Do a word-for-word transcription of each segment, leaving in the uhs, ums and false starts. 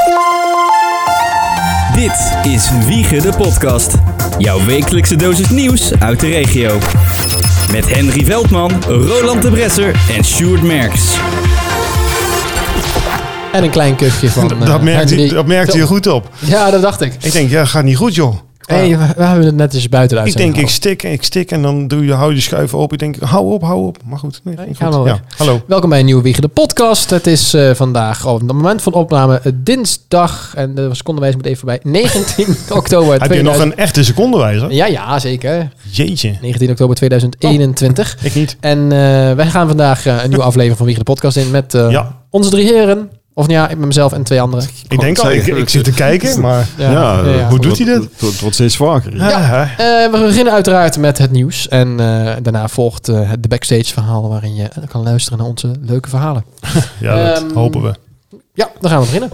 Dit is Wiegen de podcast. Jouw wekelijkse dosis nieuws uit de regio. Met Henry Veldman, Roland de Bresser en Sjoerd Merks. En een klein kuchje van... Dat, dat merkte hij, dat merkte je goed op. Ja, dat dacht ik. Ik denk, ja, gaat niet goed, joh. Hey, we, we hebben het net eens buiten de Ik denk, uitzending ik stik en ik stik en dan doe je, hou je schuiven op. Ik denk, hou op, hou op. Maar goed, nee, Nee, niet gaan goed. we Ja, weer. hallo. Welkom bij een nieuwe Wiegen de podcast. Het is uh, vandaag, op het moment van opname, uh, dinsdag. En de secondenwijs moet even voorbij. negentien oktober Heb je nog een echte secondenwijzer? Ja, ja, zeker. Jeetje. negentien oktober tweeduizend eenentwintig. Ik niet. En uh, wij gaan vandaag uh, een nieuwe aflevering van Wiegen de podcast in met uh, Ja. onze drie heren. Of ja, ik met mezelf en twee anderen. Ik denk al, ik, ik zit te kijken, maar... Ja, Ja, ja, ja. Hoe doet hij dit? Het wordt, wordt steeds vaker. Ja. Uh, we beginnen uiteraard met het nieuws. En uh, daarna volgt uh, het de backstage verhaal waarin je kan luisteren naar onze leuke verhalen. Ja, dat Um, hopen we. Ja, dan gaan we beginnen.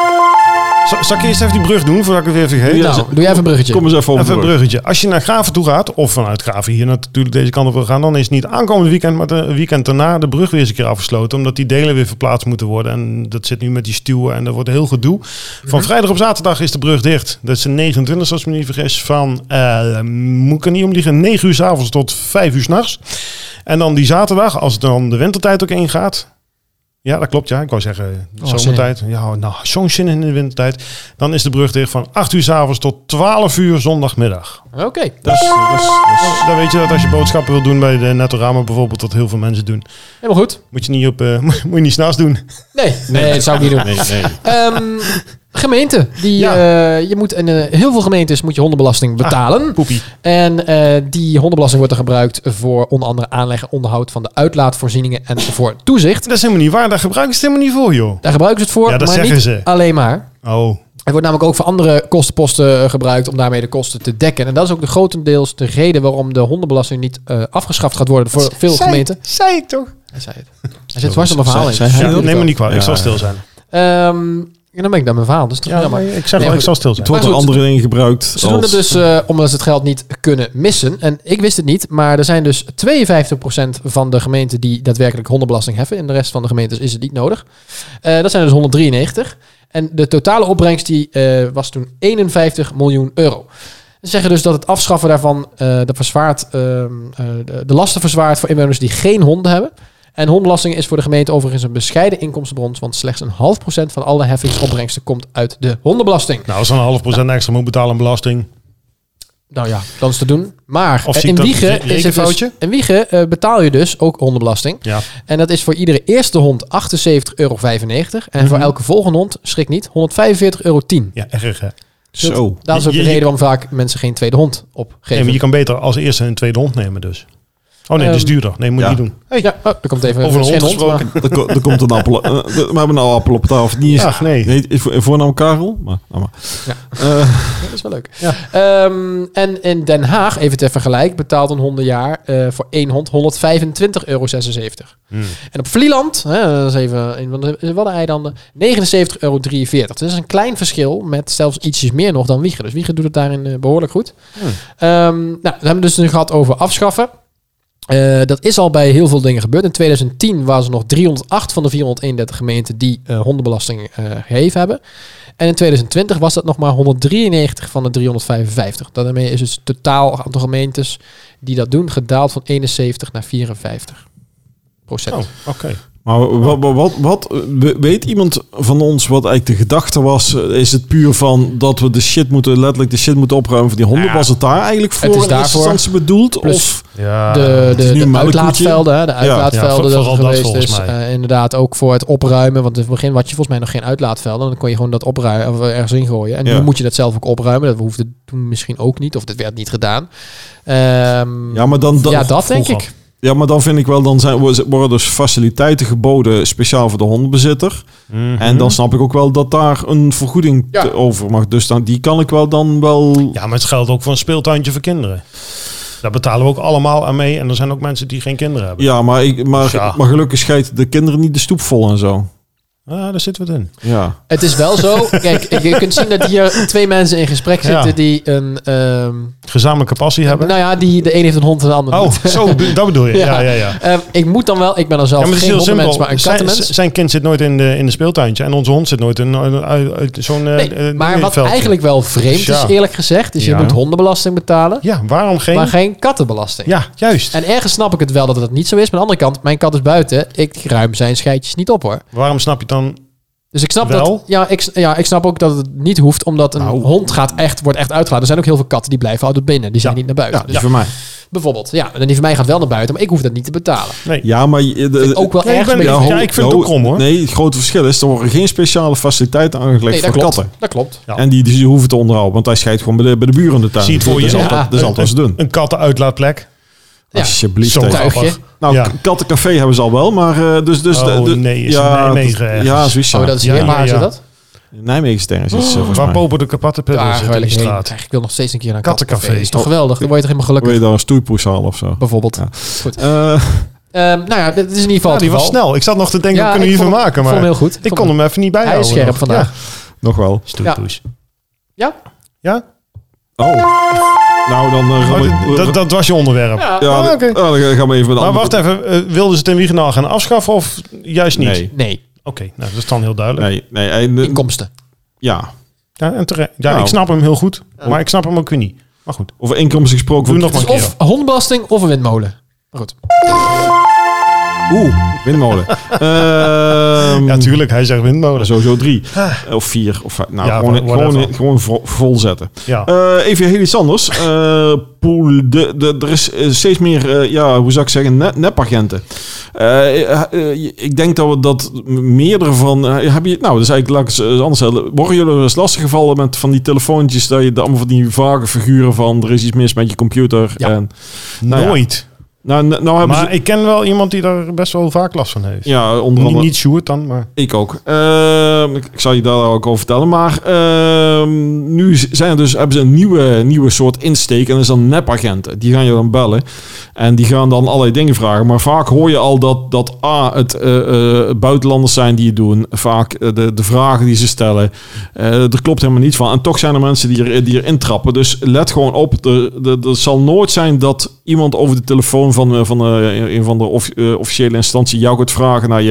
Zal, zal ik eerst even die brug doen, voordat ik het weer vergeet? Ja, Nou, doe jij even een bruggetje. Kom eens even over. Even een bruggetje. Als je naar Graven toe gaat, of vanuit Graven hier natuurlijk deze kant op wil gaan, dan is het niet aankomend weekend, maar het weekend daarna de brug weer eens een keer afgesloten, omdat die delen weer verplaatst moeten worden. En dat zit nu met die stuwen en dat wordt heel gedoe. Van vrijdag op zaterdag is de brug dicht. Dat is de negenentwintigste, als ik me niet vergis, van, uh, moet ik er niet om liegen, negen uur 's avonds tot vijf uur 's nachts. En dan die zaterdag, als het dan de wintertijd ook ingaat. Ja, dat klopt. Ja, ik wou zeggen Oh, zomertijd. Ja, nou, zo'n zin in de wintertijd. Dan is de brug dicht van acht uur 's avonds tot twaalf uur zondagmiddag. Oké. Okay. Dus, dus, dus dan weet je dat als je boodschappen wil doen bij de Nettorama bijvoorbeeld, dat heel veel mensen doen. Helemaal goed. Moet je niet op, uh, moet je niet 's nachts doen. Nee, nee, dat zou ik niet doen. Nee, nee. Um, gemeente. Die, Ja. uh, je moet in uh, heel veel gemeentes moet je hondenbelasting betalen. Ah, poepie. En uh, die hondenbelasting wordt er gebruikt voor onder andere aanleg en onderhoud van de uitlaatvoorzieningen en voor toezicht. Dat is helemaal niet waar. Daar gebruiken ze het helemaal niet voor, joh. Daar gebruiken ze het voor, Ja, dat maar zeggen niet ze. alleen maar. Oh. Het wordt namelijk ook voor andere kostenposten gebruikt om daarmee de kosten te dekken. En dat is ook de grotendeels de reden waarom de hondenbelasting niet uh, afgeschaft gaat worden voor veel Zei- gemeenten. Zei ik toch? Hij zei het. Hij zit dwars op mijn verhaal in. Zei- zei hij Ja, dat? neem me niet kwalijk. Ik Ja. zal stil zijn. Um, en dan ben ik naar mijn verhaal. Dus toch Ja, jammer. maar ik zeg Nee, wel, ik goed. zal stil zijn. Het wordt Maar door goed. andere dingen gebruikt. Ze doen het als- dus uh, omdat ze het geld niet kunnen missen. En ik wist het niet, maar er zijn dus tweeënvijftig procent van de gemeenten die daadwerkelijk hondenbelasting heffen. In de rest van de gemeentes is het niet nodig. Uh, dat zijn dus honderddrieënnegentig. En de totale opbrengst die, uh, was toen eenenvijftig miljoen euro. Ze zeggen dus dat het afschaffen daarvan uh, de, verzwaart, uh, uh, de, de lasten verzwaart voor inwoners die geen honden hebben. En hondenbelasting is voor de gemeente overigens een bescheiden inkomstenbron, want slechts een half procent van alle heffingsopbrengsten komt uit de hondenbelasting. Nou, als dan een half procent extra moet betalen aan belasting. Nou ja, dan is te doen. Maar Of uh, zie in ik dat Wiegen, re- is het dus, rekenfoutje? in Wiegen uh, betaal je dus ook hondenbelasting. Ja. En dat is voor iedere eerste hond achtenzeventig euro vijfennegentig. En Mhm. voor elke volgende hond, schrik niet, honderdvijfenveertig euro tien. Ja, erg hè. Zo. Dat is ook Je- de je- reden waarom vaak mensen geen tweede hond Nee, opgeven. maar je kan beter als eerste een tweede hond nemen dus. Oh nee, dat is Ehm, duurder. Nee, moet je ja. niet doen. Hey, Ja, oh, er komt even over een geen hond hond, gesproken. maar- Er, ko- er komt een appel. uh, we hebben nou appel op tafel. Niet eens. Ach, nee. Nee, is voor, voornaam Karel. Maar, nou maar. Ja. Uh, Ja, dat is wel leuk. Ehm, en in Den Haag, even ter vergelijk, betaalt een hondenjaar uh, voor één hond honderdvijfentwintig euro zesenzeventig. Hmm. En op Vlieland, hè, dat is even een van de Waddeneilanden, negenenzeventig euro drieënveertig. Dus dat is een klein verschil met zelfs ietsjes meer nog dan Wiegen. Dus Wiegen doet het daarin uh, behoorlijk goed. Hmm. Ehm, nou, we hebben dus nu gehad over afschaffen. Uh, dat is al bij heel veel dingen gebeurd. In tweeduizend tien waren er nog driehonderdacht van de vierhonderdeenendertig gemeenten die uh, hondenbelasting uh, geheven hebben. En in tweeduizend twintig was dat nog maar honderddrieënnegentig van de driehonderdvijfenvijftig. Daarmee is het totaal aantal gemeentes die dat doen gedaald van eenenzeventig naar vierenvijftig procent. Oh, oké. maar wat, wat, wat, wat weet iemand van ons wat eigenlijk de gedachte was? Is het puur van dat we de shit moeten, letterlijk de shit moeten opruimen voor die honden? Ja. Was het daar eigenlijk voor Het is in eerste daarvoor. instantie bedoeld? Plus Of Ja, de het is de, nu de een melkkoetje. uitlaatvelden, hè, de Ja. uitlaatvelden Ja, dat vooral er dat geweest volgens is. mij. Uh, inderdaad ook voor het opruimen. Want in het begin had je volgens mij nog geen uitlaatvelden. Dan kon je gewoon dat opruimen of ergens ingooien. En Ja. nu moet je dat zelf ook opruimen. Dat hoefde toen misschien ook niet. Of dat werd niet gedaan. Ehm, ja, maar dan, dan ja, dat denk vroeger. ik. Ja, maar dan vind ik wel, dan zijn, worden dus faciliteiten geboden speciaal voor de hondenbezitter. Mhm. En dan snap ik ook wel dat daar een vergoeding Ja. te over mag. Dus dan, die kan ik wel dan wel... Ja, maar het geldt ook voor een speeltuintje voor kinderen. Daar betalen we ook allemaal aan mee. En er zijn ook mensen die geen kinderen hebben. Ja, maar, ik, maar, Ja. maar gelukkig scheidt de kinderen niet de stoep vol en zo. Ah, daar zitten we het in. Ja. Het is wel zo. Kijk, je kunt zien dat hier twee mensen in gesprek zitten Ja. die een, ehm, Gezamenlijke passie hebben. Nou ja, die, de een heeft een hond en de ander Oh, niet. zo, dat bedoel je. Ja, ja, ja. Uh, ik moet dan wel, ik ben dan zelf ja, maar geen hondenmens, maar een kattenmens. Zijn, zijn kind zit nooit in de, in de speeltuintje en onze hond zit nooit in, in, in, in zo'n nee, uh, maar wat veldje. eigenlijk wel vreemd Ja. is, eerlijk gezegd, is je Ja. moet hondenbelasting betalen, Ja, waarom geen... maar geen kattenbelasting. Ja, juist. En ergens snap ik het wel dat het niet zo is. Maar aan de andere kant, mijn kat is buiten. Ik ruim zijn scheidjes niet op, hoor. Waarom snap je het dan... Dus ik snap Wel? dat. Ja ik, ja, ik snap ook dat het niet hoeft, omdat een Nou. hond gaat echt, wordt echt uitgelaten. Er zijn ook heel veel katten die blijven altijd binnen. Die zijn Ja. niet naar buiten. Ja, Dus dus voor mij. bijvoorbeeld, ja, en die van mij gaat wel naar buiten, maar ik hoef dat niet te betalen. Nee. Ja, maar... je- de- Vind ik ook wel Nee, ik erg. ben- een beetje- ja, ho- ik vind het ho- ook krom, hoor. Nee, het grote verschil is, er worden geen speciale faciliteiten aangelegd nee, dat voor klopt. katten. Dat klopt. Ja. En die, die hoeven te onderhouden, want hij scheidt gewoon bij de, bij de buren in de tuin. Zie het voor dat je. is Ja. altijd, dat is altijd te doen. Een kattenuitlaatplek. Ja. Alsjeblieft. Zo hè. tuigje. grappig. Nou, Ja. k- kattencafé hebben ze al wel, maar uh, dus... dus Oh, de, de- nee, is ja, in Nijmegen dat- ergens. Ja, zoiets. Oh, Ja. dat is Ja, hier. ja, Waar is ja. dat? Nijmegen is het ergens, is, uh, volgens Waar mij. Bobo de kapotte pillen Daar zit wil in ik die heen. straat. Ik wil nog steeds een keer naar een Kattencafé. kattencafé. Is toch Oh. geweldig? Dan word je toch helemaal Wil je gelukkig. daar een stoeipoes halen of zo? Bijvoorbeeld. Ja. Goed. Uh, Ehm, nou ja, dit is in ieder geval Ja, die het was geval. snel. Ik zat nog te denken, Ja, we kunnen ik hiervan vond- maken. ik Maar vond hem heel goed. Ik ik vond kon hem even niet bijhouden. Hij is scherp nog. vandaag. nog wel. Ja, stoelpoes. Ja? Ja? Oh. Nou, dan... Uh, Maar gaan we- dat, dat, dat was je onderwerp. Ja. ja, Ah, oké. oh, dan gaan we even... met Maar andere- wacht even, uh, wilden ze het in Wiedendaal gaan afschaffen of juist niet? Nee. Nee, Oké, nou, dat is dan heel duidelijk. Nee, nee. hij- de- inkomsten. ja. Ja, en terecht. ja Nou. ik snap hem heel goed, maar ik snap hem ook weer niet. Maar goed. Over inkomsten gesproken... Doe wordt- nog maar een Of keer. hondenbelasting of een windmolen. Maar goed. Oeh, windmolen. Ehm Ja, tuurlijk, hij zegt windmolen. Sowieso drie. Of vier. Of vijf. Nou, Ja, gewoon, whatever. gewoon, gewoon vo- vol zetten. Ja. Eh, even heel iets anders. Eh, pool, de, de, er is eh, steeds meer, eh, ja, hoe zou ik zeggen, ne- nepagenten. Eh, eh, eh, ik denk dat we dat meerdere van... eh, heb je, nou, dus eigenlijk laat ik het eens anders stellen. Worden jullie wel eens lastiggevallen met van die telefoontjes, dat je allemaal van die vage figuren van er is iets mis met je computer? Ja. En, nou ja. Nooit. nou, n- nou hebben Maar ze... ik ken wel iemand die daar best wel vaak last van heeft. Ja, onder Niet, andere... niet Sjoerd dan, maar... Ik ook. Ehm, ik, ik zal je daar ook over vertellen. Maar ehm, nu zijn er dus, hebben ze een nieuwe, nieuwe soort insteek. En dat is dan nepagenten. Die gaan je dan bellen. En die gaan dan allerlei dingen vragen. Maar vaak hoor je al dat, dat A, het uh, uh, buitenlanders zijn die het doen. Vaak uh, de, de vragen die ze stellen. Uh, er klopt helemaal niets van. En toch zijn er mensen die, er, die erin trappen. Dus let gewoon op. Er, er, er zal nooit zijn dat iemand over de telefoon van, uh, van uh, een van de off, uh, officiële instantie jou gaat vragen naar je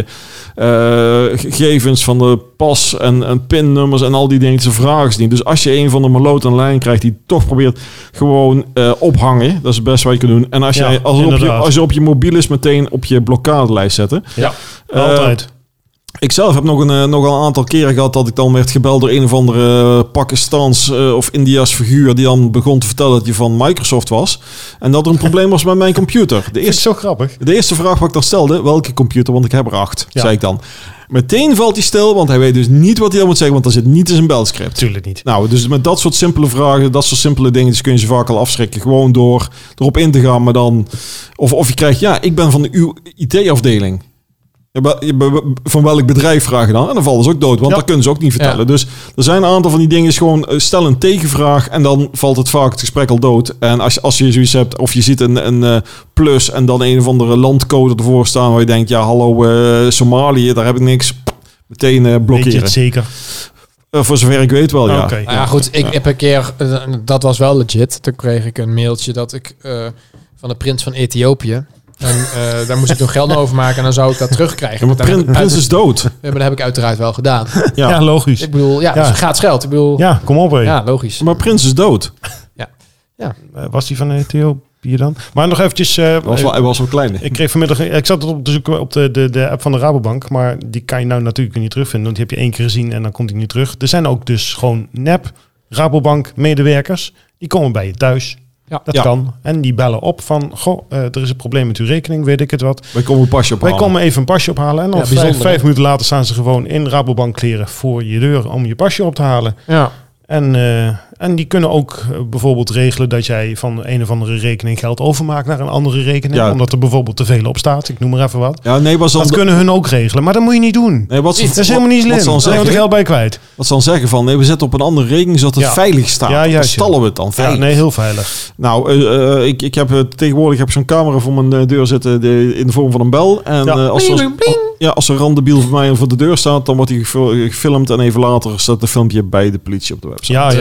uh, gegevens van de pas en, en pinnummers en al die dingen. Ze vragen ze niet. Dus als je een van de maloot aan de lijn krijgt die toch probeert gewoon uh, ophangen. Dat is het beste wat je kunt doen. En als, Ja, jij, als, op je, inderdaad. als je op je mobiel is meteen op je blokkadelijst zetten. Ja, Uh, altijd. Ik zelf heb nog een, uh, nog een aantal keren gehad dat ik dan werd gebeld door een of andere uh, Pakistans uh, of India's figuur die dan begon te vertellen dat hij van Microsoft was. En dat er een probleem was met mijn computer. De Is eerste, zo grappig. de eerste vraag wat ik dan stelde, welke computer? Want ik heb er acht, Ja. zei ik dan. Meteen valt hij stil, want hij weet dus niet wat hij dan moet zeggen, want dat zit niet in zijn belscript. Tuurlijk niet. Nou, dus met dat soort simpele vragen, dat soort simpele dingen, dus kun je ze vaak al afschrikken. Gewoon door erop in te gaan, maar dan... Of, of je krijgt, ja, ik ben van de uw I T-afdeling. Ja, maar je- van welk bedrijf vraag je dan? En dan vallen ze ook dood, want Ja. dat kunnen ze ook niet vertellen. Ja. Dus er zijn een aantal van die dingen, is gewoon uh, stel een tegenvraag en dan valt het vaak het gesprek al dood. En als je, als je zoiets hebt, of je ziet een, een uh, plus en dan een of andere landcode ervoor staan waar je denkt, ja hallo uh, Somalië, daar heb ik niks. Meteen uh, Weet je blokkeren. het zeker? Uh, voor zover ik weet wel, ja. Oké. Nou ja, goed. Ik heb een keer, uh, dat was wel legit. Toen kreeg ik een mailtje dat ik uh, van de prins van Ethiopië. En uh, daar moest ik toen geld naar overmaken en dan zou ik dat terugkrijgen. Ja, maar Dat prin, heb ik prins uit- is dood. Ja, maar dat heb ik uiteraard wel gedaan. Ja. Ja, logisch. Ik bedoel, ja, Ja. dus gratis geld. Ik bedoel, ja, Ja, kom op hé. logisch. Maar prins is dood. Uh, was die van Ethiopië dan? Maar nog eventjes... uh, Hij was wel, hij was wel klein. ik kreeg vanmiddag... Ik zat het op te zoeken op de, de, de app van de Rabobank. Maar die kan je nou natuurlijk niet terugvinden. Want die heb je één keer gezien en dan komt hij nu terug. Er zijn ook dus gewoon nep Rabobank medewerkers. Die komen bij je thuis. Ja. Dat Ja. kan. En die bellen op van... Goh, uh, er is een probleem met uw rekening. Weet ik het wat. Wij komen een pasje op Wij komen even een pasje ophalen. En dan Ja, vijf, bijzonder, vijf hè? minuten later staan ze gewoon in Rabobank kleren voor je deur om je pasje op te halen. Ja. En, uh, en die kunnen ook uh, bijvoorbeeld regelen dat jij van een of andere rekening geld overmaakt naar een andere rekening. Ja. Omdat er bijvoorbeeld te veel op staat. Ik noem maar even wat. Ja, nee, was dan Dat kunnen hun ook regelen. Maar dat moet je niet doen. Nee, wat ze, Dat is helemaal niet slim. Wat ze dan Dan zijn we zeggen, er geld bij kwijt. wat ze dan zeggen van, nee, we zetten op een andere rekening zodat het Ja. veilig staat. Ja, Dan juist, ja. stallen we het dan Ja, veilig. nee, heel veilig. Nou, uh, uh, ik, ik heb uh, tegenwoordig heb ik zo'n camera voor mijn uh, deur zitten de, in de vorm van een bel. En Ja. uh, als, Bling, er, bling, bling. ja, als er een randebiel voor mij voor de deur staat, dan wordt hij gefil- gefilmd en even later staat een filmpje bij de politie op de website. Ja, ja, Precies. dat is,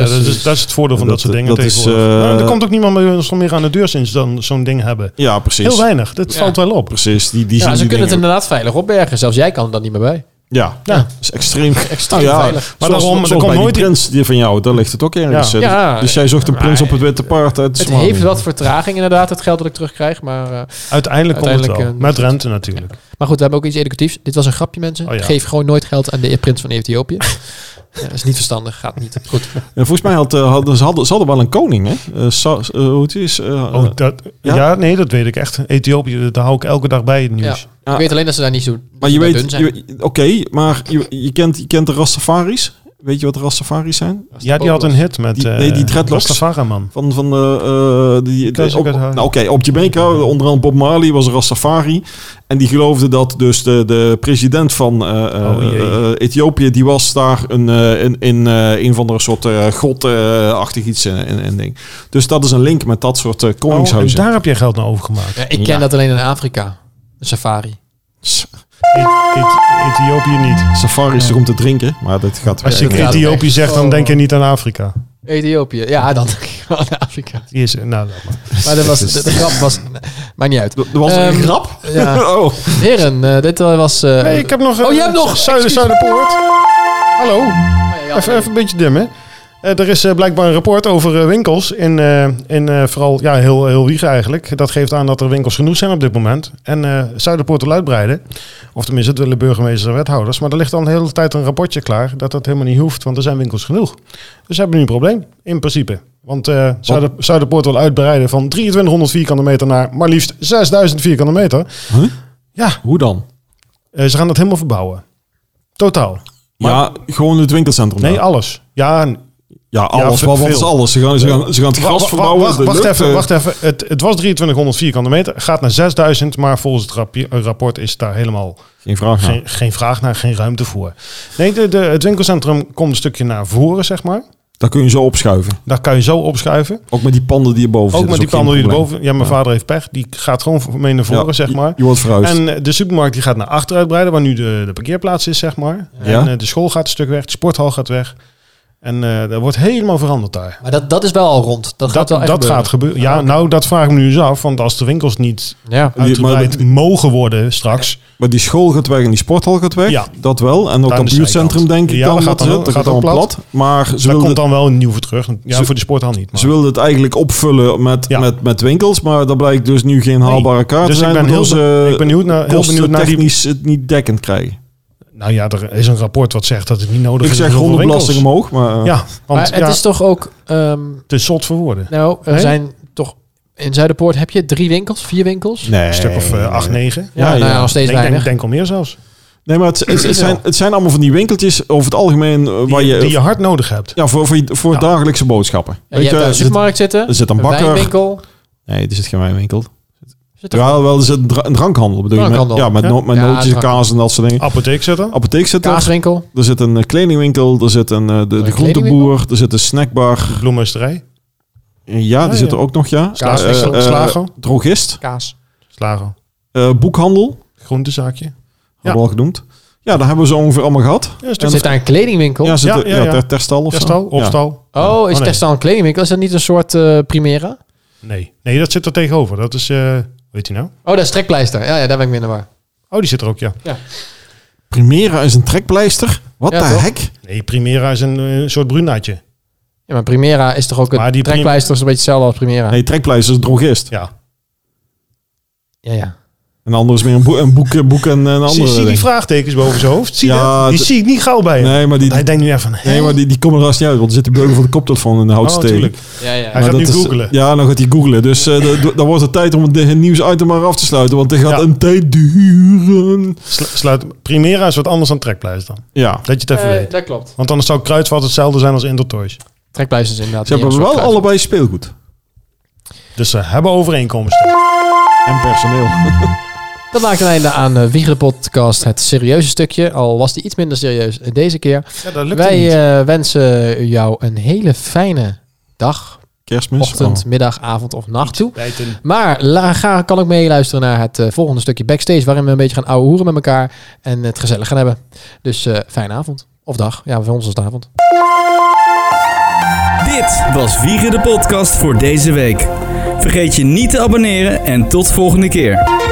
dat is het voordeel van dat, dat soort dingen dat is, tegenwoordig. uh, nou, er komt ook niemand meer, meer aan de deur sinds dan zo'n ding hebben. Ja, precies. Heel weinig. Dat Ja. valt wel op. Precies. Die, die Ja, zien ze die kunnen het dingen. inderdaad veilig opbergen. Zelfs jij kan er dan niet meer bij. Ja, Ja. dat is extreem. Extreem Nou ja, veilig. Maar zoals, daarom, er zoals komt bij nooit die prins die van jou, daar ligt het ook ergens. Ja. hè. Ja. Dus jij zocht een prins op het witte paard uit Het Zwaan. heeft wat vertraging inderdaad, het geld dat ik terugkrijg. Maar, uh, Uiteindelijk komt het Uiteindelijk, wel. uh, Met rente natuurlijk. maar goed, we hebben ook iets educatiefs. Dit was een grapje, mensen. Oh ja. Geef gewoon nooit geld aan de prins van Ethiopië. Ja, dat is niet verstandig, gaat niet. Goed. Ja, volgens mij had, uh, hadden, ze, hadden, ze hadden wel een koning, hè? Uh, Sa- uh, hoe het is? Uh, Oh, dat, ja? ja? nee, dat weet ik echt. Ethiopië, daar hou ik elke dag bij het nieuws. Ja. Ik weet alleen dat ze daar niet zo maar je zo weet, dun zijn. je- oké, maar je, je, kent, je kent de Rastafaris. Weet je wat de Rastafaris zijn? Ja, die had een hit met Die- uh, nee, die dreadlocks. Rastafari-man. Van, van de, uh, die, Kan de, ze op, ook uithouden. nou, oké, op Jamaica, onder andere Bob Marley, was een Rastafari. En die geloofde dat dus de, de president van uh, Oh, jee. uh, Ethiopië, die was daar een, uh, in, in uh, een van de soort uh, godachtig iets in, in, in ding. Dus dat is een link met dat soort uh, Oh, en koningshuizen. daar heb je geld naar overgemaakt. Ja, ik ken Ja. dat alleen in Afrika. Een safari. S- E- E- Ethiopië niet. Safari is er om te drinken, maar dat gaat Als Ja, je ik ga Ethiopië echt- zegt, dan oh. denk je niet aan Afrika. Ethiopië. Ja, dan wel in Afrika. Die is, nou, laat maar. Maar dat was, de, de grap was... Maakt niet uit. Er was een Ehm, grap? Ja. Oh. Heren, uh, dit uh, was... Uh, Nee, ik heb nog... Oh, je hebt nog- Zuiden, Zuiderpoort. Hallo. ja, Even, even een beetje dimmen. Uh, er is uh, blijkbaar een rapport over uh, winkels in, uh, in uh, vooral ja, heel, heel Wiegen eigenlijk. Dat geeft aan dat er winkels genoeg zijn op dit moment. En uh, Zuiderpoort wil uitbreiden. Of tenminste, het willen burgemeesters en wethouders. Maar er ligt al een hele tijd een rapportje klaar dat dat helemaal niet hoeft. Want er zijn winkels genoeg. Dus ze hebben nu een probleem, in principe. Want uh, Zuider, Zuiderpoort wil uitbreiden van drieëntwintighonderd vierkante meter naar maar liefst zesduizend vierkante meter. Huh? Ja, Hoe dan? uh, ze gaan dat helemaal verbouwen. Totaal. Ja, gewoon het winkelcentrum. Nee, daar. alles. Ja, Ja, alles. Ja, wat, wat veel. is alles? Ze gaan, ze gaan, ze gaan het Wa- gras wa- verbouwen. Wacht, de wacht lucht, even, eh, wacht even. Het, het was drieëntwintighonderd vierkante meter. Gaat naar zesduizend, maar volgens het rapi- rapport is daar helemaal Geen vraag aan. geen, geen vraag naar, geen ruimte voor. Nee, de, de, het winkelcentrum komt een stukje naar voren, zeg maar. Dat kun je zo opschuiven. Daar kan je zo opschuiven. Ook met die panden die erboven Ook zitten. met die is panden die geen erboven... Ja, mijn Ja. vader heeft pech. Die gaat gewoon mee naar voren, Ja, zeg maar. Je, je wordt verhuisd. En de supermarkt die gaat naar achter uitbreiden, waar nu de, de parkeerplaats is, zeg maar. Ja. En eh, de school gaat een stuk weg, de sporthal gaat weg. En uh, er wordt helemaal veranderd daar. Maar dat, dat is wel al rond. Dat, gaat Dat, wel echt dat gaat gebeuren. Ja, nou, dat vraag ik me nu eens af. Want als de winkels niet Ja. Die- uitgebreid maar mogen worden straks. Maar die school gaat weg en die sporthal gaat weg. Ja. Dat wel. En ook Aan dat de buurtcentrum zijkant. denk ik Ja, dan. dat Dat gaat dan gaat, wel- dat gaat gaat allemaal wel plat. Maar ze Daar wilden, komt dan wel een nieuw voor terug. Ja, Ze- voor de sporthal niet. Maar. ze wilden het eigenlijk opvullen met, Ja. met, met winkels. Maar dat blijkt dus nu geen haalbare kaart Dus te ik zijn. ben heel waardoor be- ze ik ben benieuwd naar- heel benieuwd naar die- kostentechnisch het niet dekkend krijgen. Nou ja, er is een rapport wat zegt dat het niet nodig Ik is. zeg voor gewoon de winkels. belasting omhoog. Maar, eh, Ja, want Maar het ja, is toch ook... ehm, het is zot voor woorden. nou, er Nee? zijn toch... In Zuiderpoort heb je drie winkels, vier winkels? Nee. Een stuk of uh, acht, negen. Ja, Ja, nou, ja. nog steeds Denk, denk, weinig. denk al meer zelfs. Nee, maar het, het, het zijn, het zijn allemaal van die winkeltjes over het algemeen. eh, waar Die, je, die je hard nodig hebt. ja, voor, voor, voor Ja. dagelijkse boodschappen. Ja, je Weet hebt daar er een zit- supermarkt zitten, er zit een bakker. wijnwinkel. Nee, er zit geen wijnwinkel. Zit er Ja, wel, er zit een, dra- een drankhandel. Bedoel je? Met, Drankhandel. ja, met, Ja. no- met Ja, nootjes, drank. kaas en dat soort dingen. Apotheek zitten. Apotheek zit er. kaaswinkel. Er zit een eh, kledingwinkel. Er zit een, eh, de, de Een groenteboer. Er zit een snackbar. Bloemhuisterij. Ja, die Ah, zit ja. er ook nog, ja. Kaaswinkel, Eh, eh, slager. Drogist. Kaas. Slager. eh, boekhandel. Groentezaakje. Hadden we al genoemd. Ja, daar hebben we zo ongeveer allemaal gehad. Ja, een stuk Zit daar een kledingwinkel? Ja, zit Ja, er- ja, ja, ja. ter, terstal of Terstal, zo. Ja. opstal. Oh, is nee. Terstal een kledingwinkel? Is dat niet een soort eh, Primera? Nee. nee, dat zit er tegenover. Dat is, uh, weet je nou? Oh, dat is Trekpleister. Ja, ja, daar ben ik minder waar. Oh, die zit er ook, ja. Primera is een trekpleister. Wat Ja, de toch? hek? Nee, Primera is een uh, soort brunaatje. Ja, maar Primera is toch ook Maar een die Trekpleister is een beetje hetzelfde als Primera. Nee, trekpleister is een drogist. Ja. Ja, ja. En de andere is meer een, boek, een boek, boek en een andere Zie, zie die ding. vraagtekens boven zijn hoofd? Zie je Ja, dat? Die d- zie ik niet gauw bij hem. Nee, maar die, Hij denkt nu even van... hè? nee, maar die, die komen er als niet uit. Want er zit de beugel van de koptelefoon in de Oh, houtstee. natuurlijk. Ja, ja. Hij Maar gaat dat nu is- googlen. Ja, dan gaat hij googlen. Dus eh, d- d- dan wordt het tijd om het nieuwsitem maar af te sluiten. Want het gaat Ja. een tijd duren. Slu- Sluit. Primera is wat anders dan Trekpleister dan. Ja. Dat je het even Eh, weet. dat klopt. Want anders zou Kruidvat hetzelfde zijn als Intertoys. Trekpleister is inderdaad Ze niet hebben een wel soort kruis. allebei speelgoed. Dus ze hebben overeenkomsten. En personeel. Dat maakt een einde aan uh, Wiegen de podcast, het serieuze stukje. Al was die iets minder serieus deze keer. Ja, dat lukt Wij niet. uh, wensen jou een hele fijne dag, Kerstmis. ochtend, Oh. middag, avond of nacht toe. Bijten. Maar la, ga, kan ook meeluisteren naar het uh, volgende stukje backstage, waarin we een beetje gaan ouwe hoeren met elkaar en het gezellig gaan hebben. Dus uh, fijne avond. Of dag. Ja, voor ons is het avond. Dit was Wiegen de podcast voor deze week. Vergeet je niet te abonneren en tot volgende keer.